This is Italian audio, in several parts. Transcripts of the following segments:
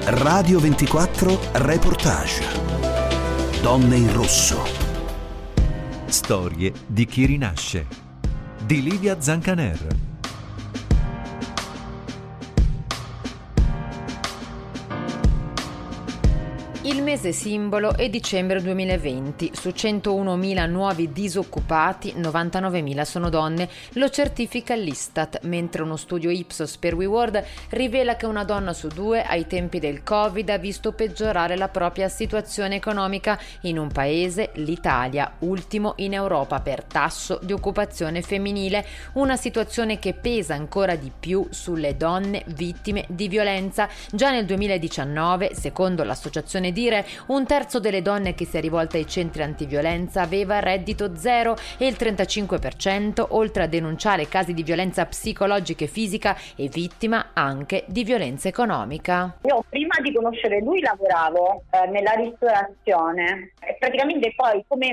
Radio 24 Reportage. Donne in rosso. Storie di chi rinasce. Di Livia Zancaner. Il mese simbolo è dicembre 2020. Su 101.000 nuovi disoccupati, 99.000 sono donne. Lo certifica l'Istat, mentre uno studio Ipsos per WeWorld rivela che una donna su due ai tempi del Covid ha visto peggiorare la propria situazione economica in un paese, l'Italia, ultimo in Europa per tasso di occupazione femminile. Una situazione che pesa ancora di più sulle donne vittime di violenza. Già nel 2019, secondo l'associazione Dire, un terzo delle donne che si è rivolta ai centri antiviolenza aveva reddito zero e il 35%, oltre a denunciare casi di violenza psicologica e fisica, è vittima anche di violenza economica. Io prima di conoscere lui lavoravo nella ristorazione e praticamente poi come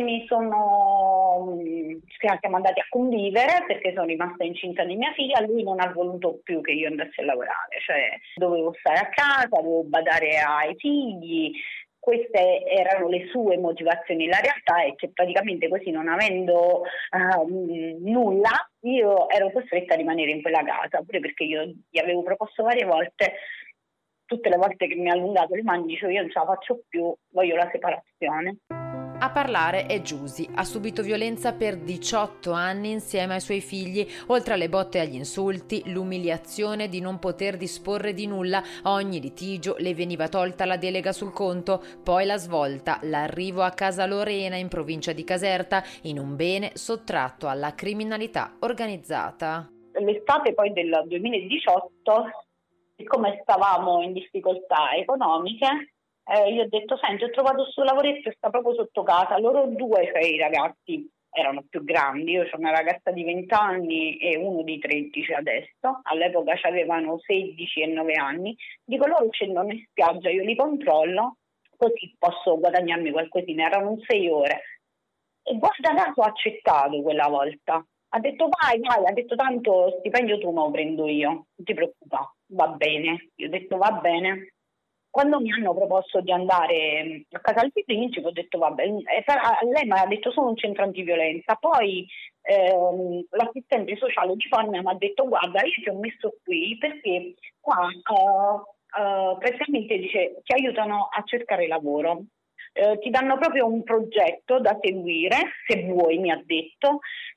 siamo andati a convivere perché sono rimasta incinta di mia figlia, lui non ha voluto più che io andassi a lavorare, cioè dovevo stare a casa, dovevo badare ai figli. Queste erano le sue motivazioni. La realtà è che praticamente così, non avendo nulla, io ero costretta a rimanere in quella casa, pure perché io gli avevo proposto varie volte, tutte le volte che mi ha allungato le mani dicevo io non ce la faccio più, voglio la separazione. A parlare è Giusy. Ha subito violenza per 18 anni insieme ai suoi figli, oltre alle botte e agli insulti, l'umiliazione di non poter disporre di nulla. A ogni litigio le veniva tolta la delega sul conto, poi la svolta, l'arrivo a Casa Lorena in provincia di Caserta, in un bene sottratto alla criminalità organizzata. L'estate poi del 2018, siccome stavamo in difficoltà economiche, io ho detto, senti, ho trovato questo lavoretto, sta proprio sotto casa. Loro due, cioè i ragazzi, erano più grandi. Io ho una ragazza di 20 anni e uno di 13 adesso. All'epoca avevano 16 e 9 anni. Dico, loro scendono in spiaggia, io li controllo, così posso guadagnarmi qualcosina. Erano 6 ore. E guarda caso ha accettato quella volta. Ha detto vai, ha detto tanto stipendio tu me lo prendo io, non ti preoccupare, va bene. Io ho detto va bene. Quando mi hanno proposto di andare a Casal di Principe ho detto vabbè, lei mi ha detto sono un centro antiviolenza, poi l'assistente sociale di Formia mi ha detto guarda io ti ho messo qui perché qua praticamente dice ti aiutano a cercare lavoro, ti danno proprio un progetto da seguire se vuoi, mi ha detto,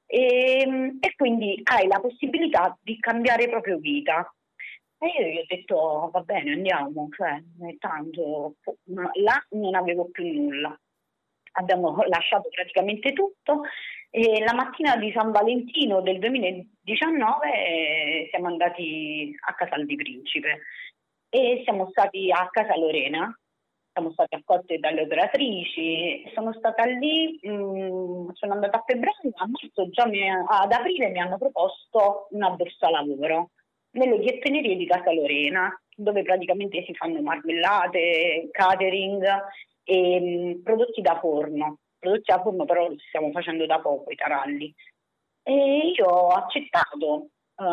e quindi hai la possibilità di cambiare proprio vita. E io gli ho detto va bene andiamo, cioè tanto là non avevo più nulla, abbiamo lasciato praticamente tutto e la mattina di San Valentino del 2019 siamo andati a Casal di Principe e siamo stati a Casa Lorena, siamo stati accolte dalle operatrici, sono stata lì, sono andata a febbraio, a marzo già ad aprile mi hanno proposto una borsa lavoro nelle ghiettonerie di Casa Lorena, dove praticamente si fanno marmellate, catering e prodotti da forno. Prodotti da forno però li stiamo facendo da poco, i taralli. E io ho accettato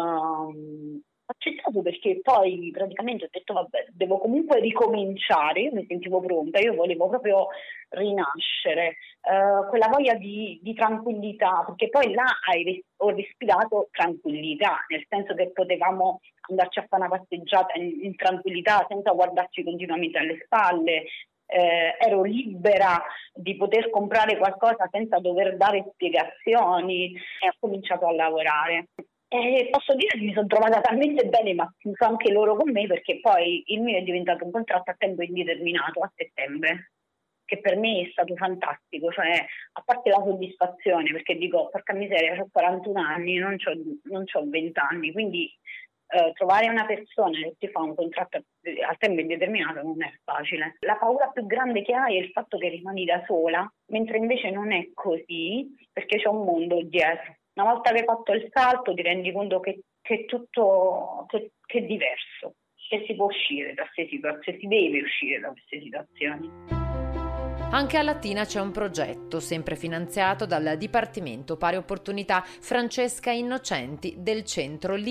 perché poi praticamente ho detto vabbè, devo comunque ricominciare, io mi sentivo pronta, io volevo proprio rinascere, quella voglia di tranquillità, perché poi là ho respirato tranquillità, nel senso che potevamo andarci a fare una passeggiata in tranquillità senza guardarci continuamente alle spalle, ero libera di poter comprare qualcosa senza dover dare spiegazioni e ho cominciato a lavorare. E posso dire che mi sono trovata talmente bene, ma anche loro con me, perché poi il mio è diventato un contratto a tempo indeterminato a settembre, che per me è stato fantastico, cioè a parte la soddisfazione, perché dico, porca miseria, ho 41 anni, non c'ho 20 anni, quindi trovare una persona che ti fa un contratto a tempo indeterminato non è facile. La paura più grande che hai è il fatto che rimani da sola, mentre invece non è così, perché c'è un mondo dietro. Una volta che hai fatto il salto ti rendi conto che è tutto che è diverso, che si può uscire da queste situazioni, si deve uscire da queste situazioni. Anche a Latina c'è un progetto, sempre finanziato dal Dipartimento Pari Opportunità Francesca Innocenti del centro Lilith.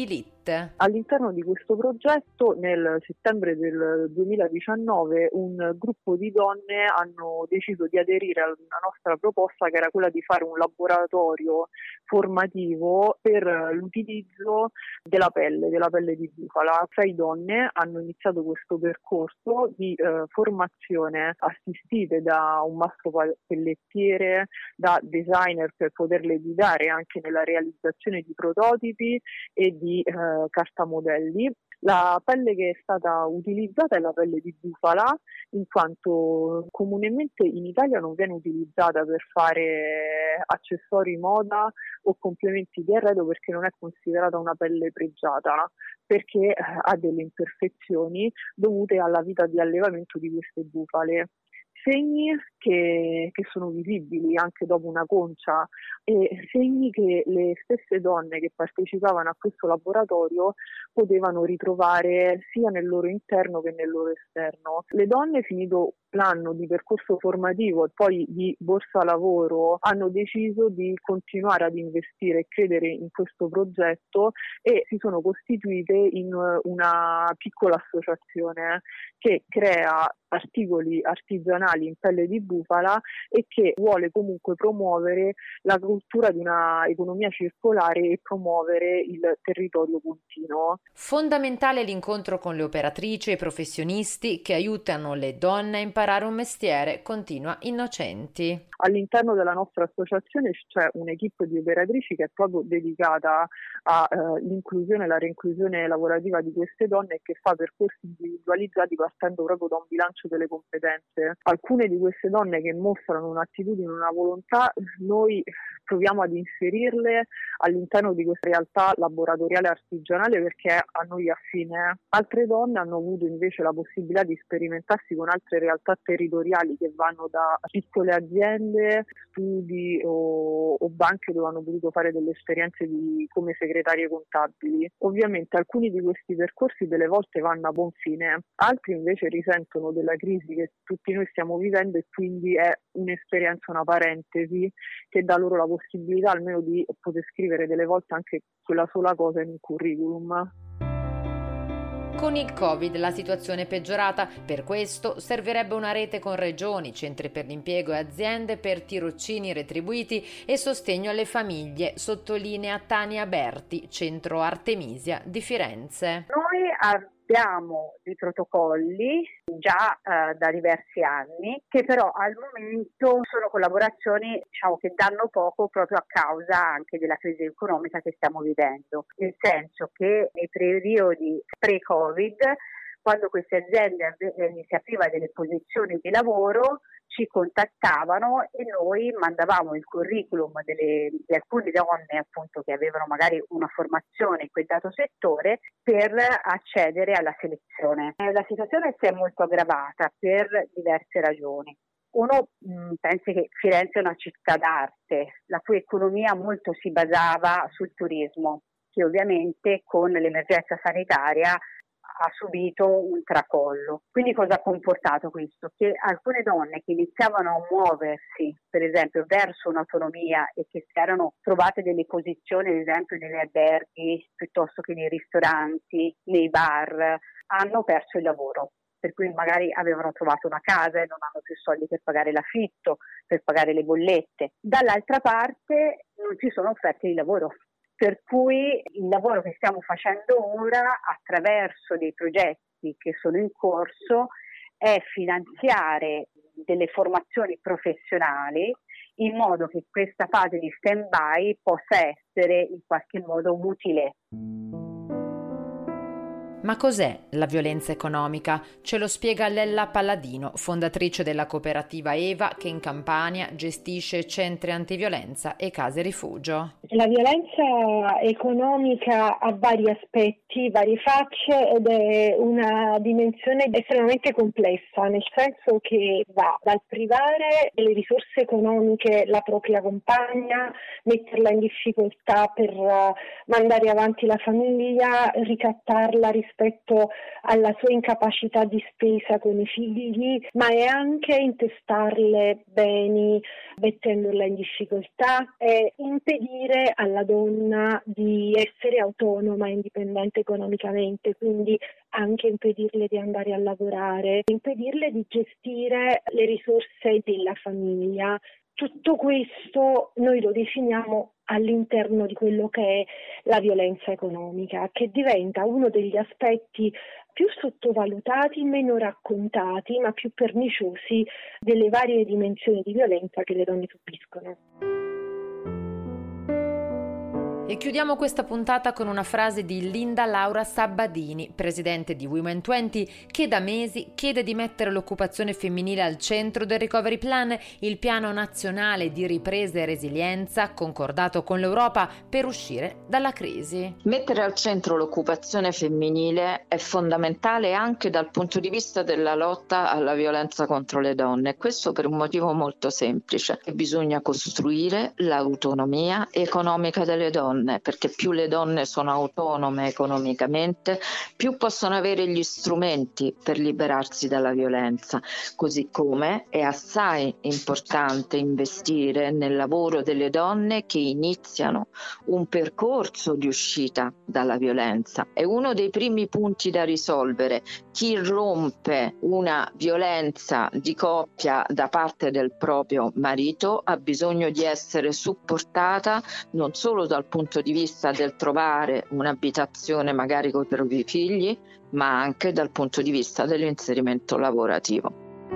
It. All'interno di questo progetto, nel settembre del 2019, un gruppo di donne hanno deciso di aderire a una nostra proposta, che era quella di fare un laboratorio formativo per l'utilizzo della pelle di bufala. 6 donne hanno iniziato questo percorso di formazione assistite da un mastro pellettiere, da designer per poterle guidare anche nella realizzazione di prototipi e di cartamodelli. La pelle che è stata utilizzata è la pelle di bufala, in quanto comunemente in Italia non viene utilizzata per fare accessori moda o complementi di arredo, perché non è considerata una pelle pregiata, perché ha delle imperfezioni dovute alla vita di allevamento di queste bufale. Segni che sono visibili anche dopo una concia, e segni che le stesse donne che partecipavano a questo laboratorio potevano ritrovare sia nel loro interno che nel loro esterno. Le donne, finito l'anno di percorso formativo e poi di borsa lavoro, hanno deciso di continuare ad investire e credere in questo progetto, e si sono costituite in una piccola associazione che crea articoli artigianali in pelle di bufala e che vuole comunque promuovere la cultura di una economia circolare e promuovere il territorio puntino. Fondamentale l'incontro con le operatrici e i professionisti che aiutano le donne a imparare un mestiere, continua Innocenti. All'interno della nostra associazione c'è un'equipe di operatrici che è proprio dedicata all'inclusione e la reinclusione lavorativa di queste donne, e che fa percorsi individualizzati partendo proprio da un bilancio delle competenze. Alcune di queste donne che mostrano un'attitudine, una volontà, noi proviamo ad inserirle all'interno di questa realtà laboratoriale artigianale, perché a noi affine. Altre donne hanno avuto invece la possibilità di sperimentarsi con altre realtà territoriali che vanno da piccole aziende, studi o banche, dove hanno potuto fare delle esperienze come segretarie contabili. Ovviamente alcuni di questi percorsi delle volte vanno a buon fine, altri invece risentono della crisi che tutti noi stiamo vivendo, e quindi è un'esperienza, una parentesi che dà loro la possibilità almeno di poter scrivere delle volte anche quella sola cosa in un curriculum. Con il Covid la situazione è peggiorata, per questo servirebbe una rete con regioni, centri per l'impiego e aziende per tirocini retribuiti e sostegno alle famiglie, sottolinea Tania Berti, Centro Artemisia di Firenze. Noi abbiamo dei protocolli già da diversi anni, che però al momento sono collaborazioni che danno poco, proprio a causa anche della crisi economica che stiamo vivendo, nel senso che nei periodi pre-Covid, quando queste aziende si apriva delle posizioni di lavoro, ci contattavano e noi mandavamo il curriculum di alcune donne appunto che avevano magari una formazione in quel dato settore per accedere alla selezione. La situazione si è molto aggravata per diverse ragioni. Uno pensa che Firenze è una città d'arte, la cui economia molto si basava sul turismo, che ovviamente con l'emergenza sanitaria ha subito un tracollo. Quindi cosa ha comportato questo? Che alcune donne che iniziavano a muoversi, per esempio, verso un'autonomia e che si erano trovate delle posizioni, ad esempio, negli alberghi, piuttosto che nei ristoranti, nei bar, hanno perso il lavoro. Per cui magari avevano trovato una casa e non hanno più soldi per pagare l'affitto, per pagare le bollette. Dall'altra parte non ci sono offerte di lavoro. Per cui il lavoro che stiamo facendo ora, attraverso dei progetti che sono in corso, è finanziare delle formazioni professionali in modo che questa fase di stand-by possa essere in qualche modo utile. Ma cos'è la violenza economica? Ce lo spiega Lella Palladino, fondatrice della cooperativa EVA, che in Campania gestisce centri antiviolenza e case rifugio. La violenza economica ha vari aspetti, varie facce, ed è una dimensione estremamente complessa, nel senso che va dal privare delle risorse economiche la propria compagna, metterla in difficoltà per mandare avanti la famiglia, ricattarla rispetto alla sua incapacità di spesa con i figli, ma è anche intestarle beni, mettendola in difficoltà e impedire impedire alla donna di essere autonoma e indipendente economicamente, quindi anche impedirle di andare a lavorare, impedirle di gestire le risorse della famiglia. Tutto questo noi lo definiamo all'interno di quello che è la violenza economica, che diventa uno degli aspetti più sottovalutati, meno raccontati, ma più perniciosi delle varie dimensioni di violenza che le donne subiscono. E chiudiamo questa puntata con una frase di Linda Laura Sabbadini, presidente di Women 20, che da mesi chiede di mettere l'occupazione femminile al centro del Recovery Plan, il piano nazionale di ripresa e resilienza concordato con l'Europa per uscire dalla crisi. Mettere al centro l'occupazione femminile è fondamentale anche dal punto di vista della lotta alla violenza contro le donne. Questo per un motivo molto semplice, che bisogna costruire l'autonomia economica delle donne, perché più le donne sono autonome economicamente, più possono avere gli strumenti per liberarsi dalla violenza, così come è assai importante investire nel lavoro delle donne che iniziano un percorso di uscita dalla violenza. È uno dei primi punti da risolvere. Chi rompe una violenza di coppia da parte del proprio marito ha bisogno di essere supportata non solo dal punto di vista del trovare un'abitazione magari con i propri figli, ma anche dal punto di vista dell'inserimento lavorativo.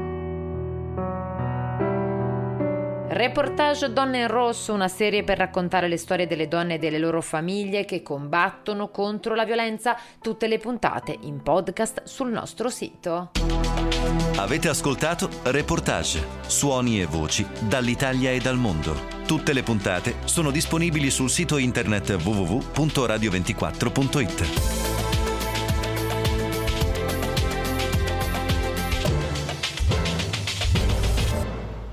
Reportage Donne in Rosso, una serie per raccontare le storie delle donne e delle loro famiglie che combattono contro la violenza. Tutte le puntate in podcast sul nostro sito. Avete ascoltato Reportage, suoni e voci dall'Italia e dal mondo. Tutte le puntate sono disponibili sul sito internet www.radio24.it.